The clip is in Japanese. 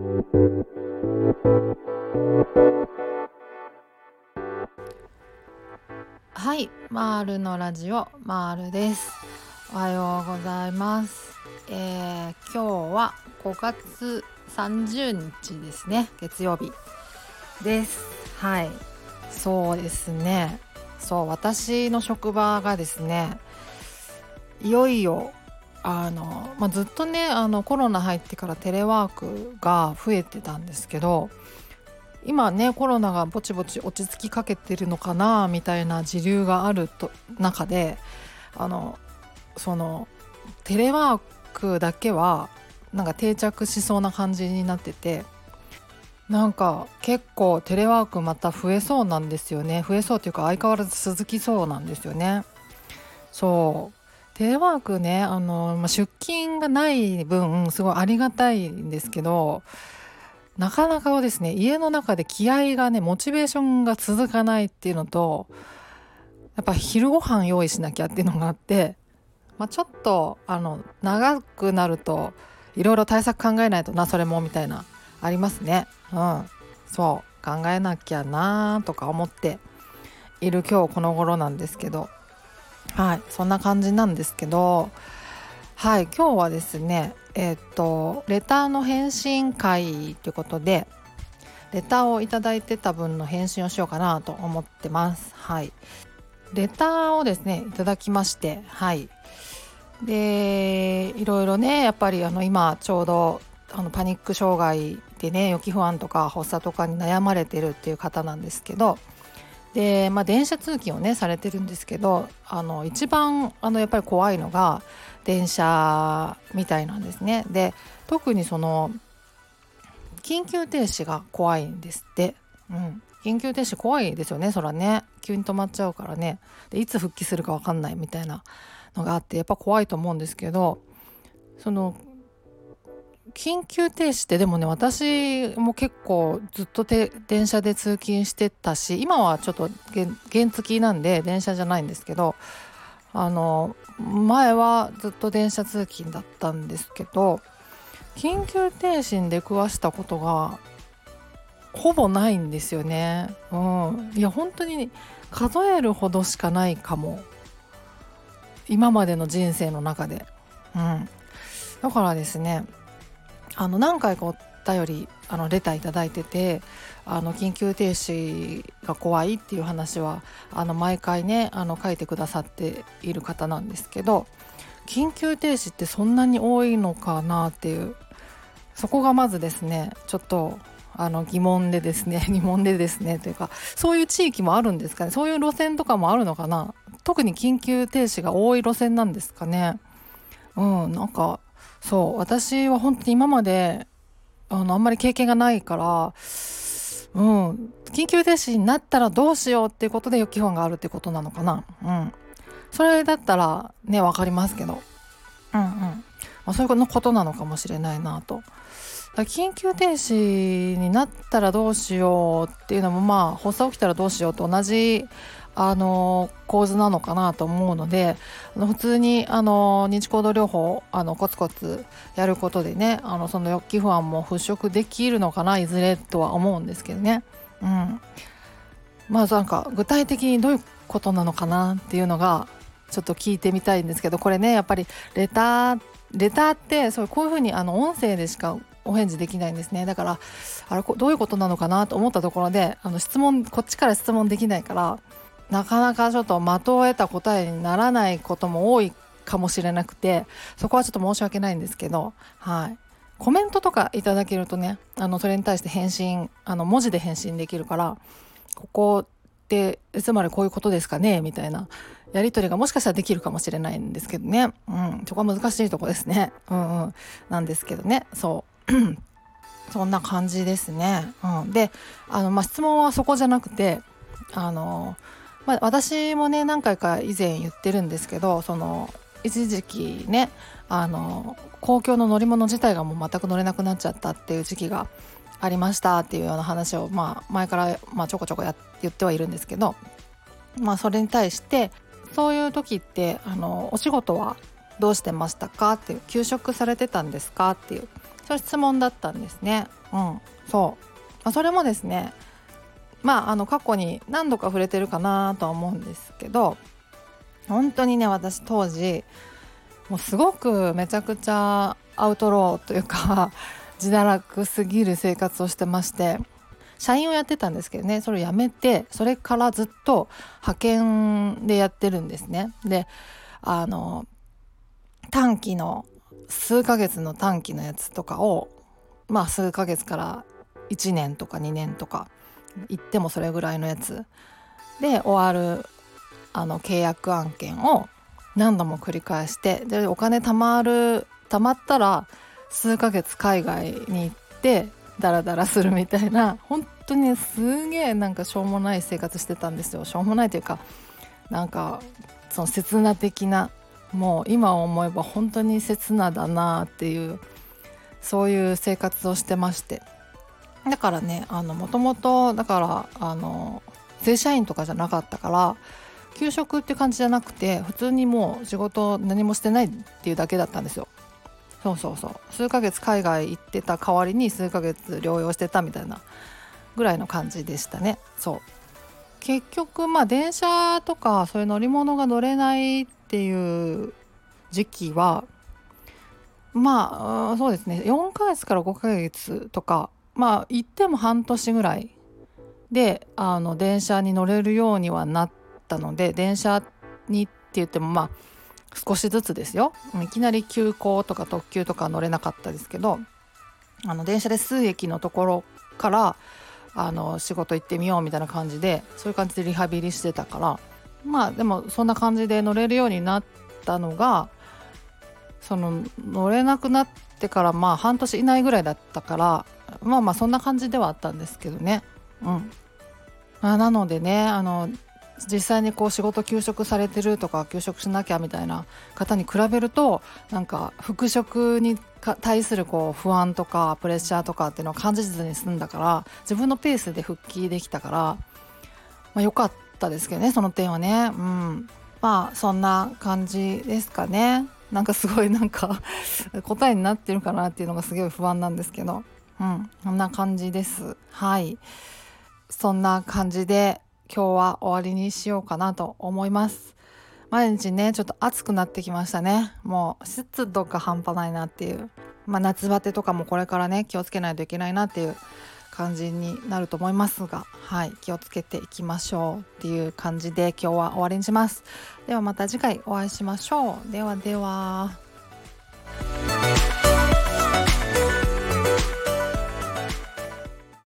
はい、マールのラジオマールです。おはようございます。今日は5月30日ですね、月曜日です。はい、そうですね。私の職場がですね、いよいよずっとねコロナ入ってからテレワークが増えてたんですけど、今ねコロナがぼちぼち落ち着きかけてるのかなみたいな時流がある中で、あのそのテレワークだけはなんか定着しそうな感じになってて、なんか結構テレワークまた増えそうなんですよね。増えそうというか相変わらず続きそうなんですよね。テレワークね出勤がない分すごいありがたいんですけど、なかなかですね家の中で気合がねモチベーションが続かないっていうのと、やっぱ昼ご飯用意しなきゃっていうのがあって、ちょっと長くなるといろいろ対策考えないとな、それもみたいなありますね。そう考えなきゃなとか思っている今日この頃なんですけど、はい、そんな感じなんですけど、はい、今日はですねレターの返信会ということで、レターをいただいてた分の返信をしようかなと思ってます。はい、レターをですねいただきまして、はい、でいろいろねやっぱり今ちょうどパニック障害でね予期不安とか発作とかに悩まれてるっていう方なんですけど、で、電車通勤をねされてるんですけど、一番やっぱり怖いのが電車みたいなんですね。で特に緊急停止が怖いんですって。緊急停止怖いですよね、そらね。急に止まっちゃうからね。でいつ復帰するか分かんないみたいなのがあって、やっぱ怖いと思うんですけど、その緊急停止ってでもね、私も結構ずっと電車で通勤してたし、今はちょっと原付きなんで電車じゃないんですけど、前はずっと電車通勤だったんですけど、緊急停止に出くわしたことがほぼないんですよね。いや本当に数えるほどしかないかも、今までの人生の中で。だからですね、何回かお便りレターいただいてて、緊急停止が怖いっていう話は毎回ね書いてくださっている方なんですけど、緊急停止ってそんなに多いのかなっていう、そこがまずですねちょっと疑問でですね疑問でですねというか、そういう地域もあるんですかね。そういう路線とかもあるのかな。特に緊急停止が多い路線なんですかね。なんか私は本当に今まであんまり経験がないから、緊急停止になったらどうしようっていうことで予期不安があるってことなのかな。それだったらね分かりますけど、そういうことなのかもしれないなと。緊急停止になったらどうしようっていうのも、発作起きたらどうしようと同じ構図なのかなと思うので、普通に認知行動療法コツコツやることでねその予期不安も払拭できるのかな、いずれとは思うんですけどね。なんか具体的にどういうことなのかなっていうのがちょっと聞いてみたいんですけど、これねやっぱりレターってこういうふうに音声でしかお返事できないんですね。だからどういうことなのかなと思ったところでこっちから質問できないから、なかなかちょっと的を得た答えにならないことも多いかもしれなくて、そこはちょっと申し訳ないんですけど、コメントとかいただけるとねそれに対して返信文字で返信できるから、ここってつまりこういうことですかねみたいなやり取りがもしかしたらできるかもしれないんですけどね。そこは難しいとこですね。なんですけどね、そんな感じですね。で質問はそこじゃなくて私もね何回か以前言ってるんですけど、一時期ね公共の乗り物自体がもう全く乗れなくなっちゃったっていう時期がありましたっていうような話を前からちょこちょこ言ってはいるんですけど、それに対してそういう時ってお仕事はどうしてましたかっていう、休職されてたんですかっていう、 そういう質問だったんですね。そう、それもですね、過去に何度か触れてるかなとは思うんですけど、本当にね、私当時もうすごくめちゃくちゃアウトローというか自堕落すぎる生活をしてまして、社員をやってたんですけどね、それを辞めて、それからずっと派遣でやってるんですね。で、短期の数ヶ月の短期のやつとかを、数ヶ月から1年とか2年とか言ってもそれぐらいのやつで終わる契約案件を何度も繰り返して、でお金貯まったら数ヶ月海外に行ってダラダラするみたいな、本当にすげえなんかしょうもない生活してたんですよ。しょうもないというか、なんかその刹那的な、もう今思えば本当に刹那だなっていう、そういう生活をしてまして、だからね、もともとだから正社員とかじゃなかったから、休職って感じじゃなくて、普通にもう仕事何もしてないっていうだけだったんですよ。そう数ヶ月海外行ってた代わりに数ヶ月療養してたみたいなぐらいの感じでしたね。そう結局電車とかそういう乗り物が乗れないっていう時期はそうですね、4ヶ月から5ヶ月とか、行っても半年ぐらいで電車に乗れるようにはなったので、電車にって言っても少しずつですよ。いきなり急行とか特急とか乗れなかったですけど、電車で数駅のところから仕事行ってみようみたいな感じで、そういう感じでリハビリしてたから、でもそんな感じで乗れるようになったのが、その乗れなくなってから半年以内ぐらいだったから、そんな感じではあったんですけどね。なのでね、実際に仕事休職されてるとか、休職しなきゃみたいな方に比べると、なんか復職に対する不安とかプレッシャーとかっていうのを感じずに済んだから、自分のペースで復帰できたから、良かったですけどね、その点はね。そんな感じですかね。なんかすごい答えになってるかなっていうのがすごい不安なんですけど、そんな感じです。はい、そんな感じで今日は終わりにしようかなと思います。毎日ね、ちょっと暑くなってきましたね。もう湿度が半端ないなっていう、夏バテとかもこれからね気をつけないといけないなっていう感じになると思いますが、気をつけていきましょうっていう感じで今日は終わりにします。ではまた次回お会いしましょう。ではでは。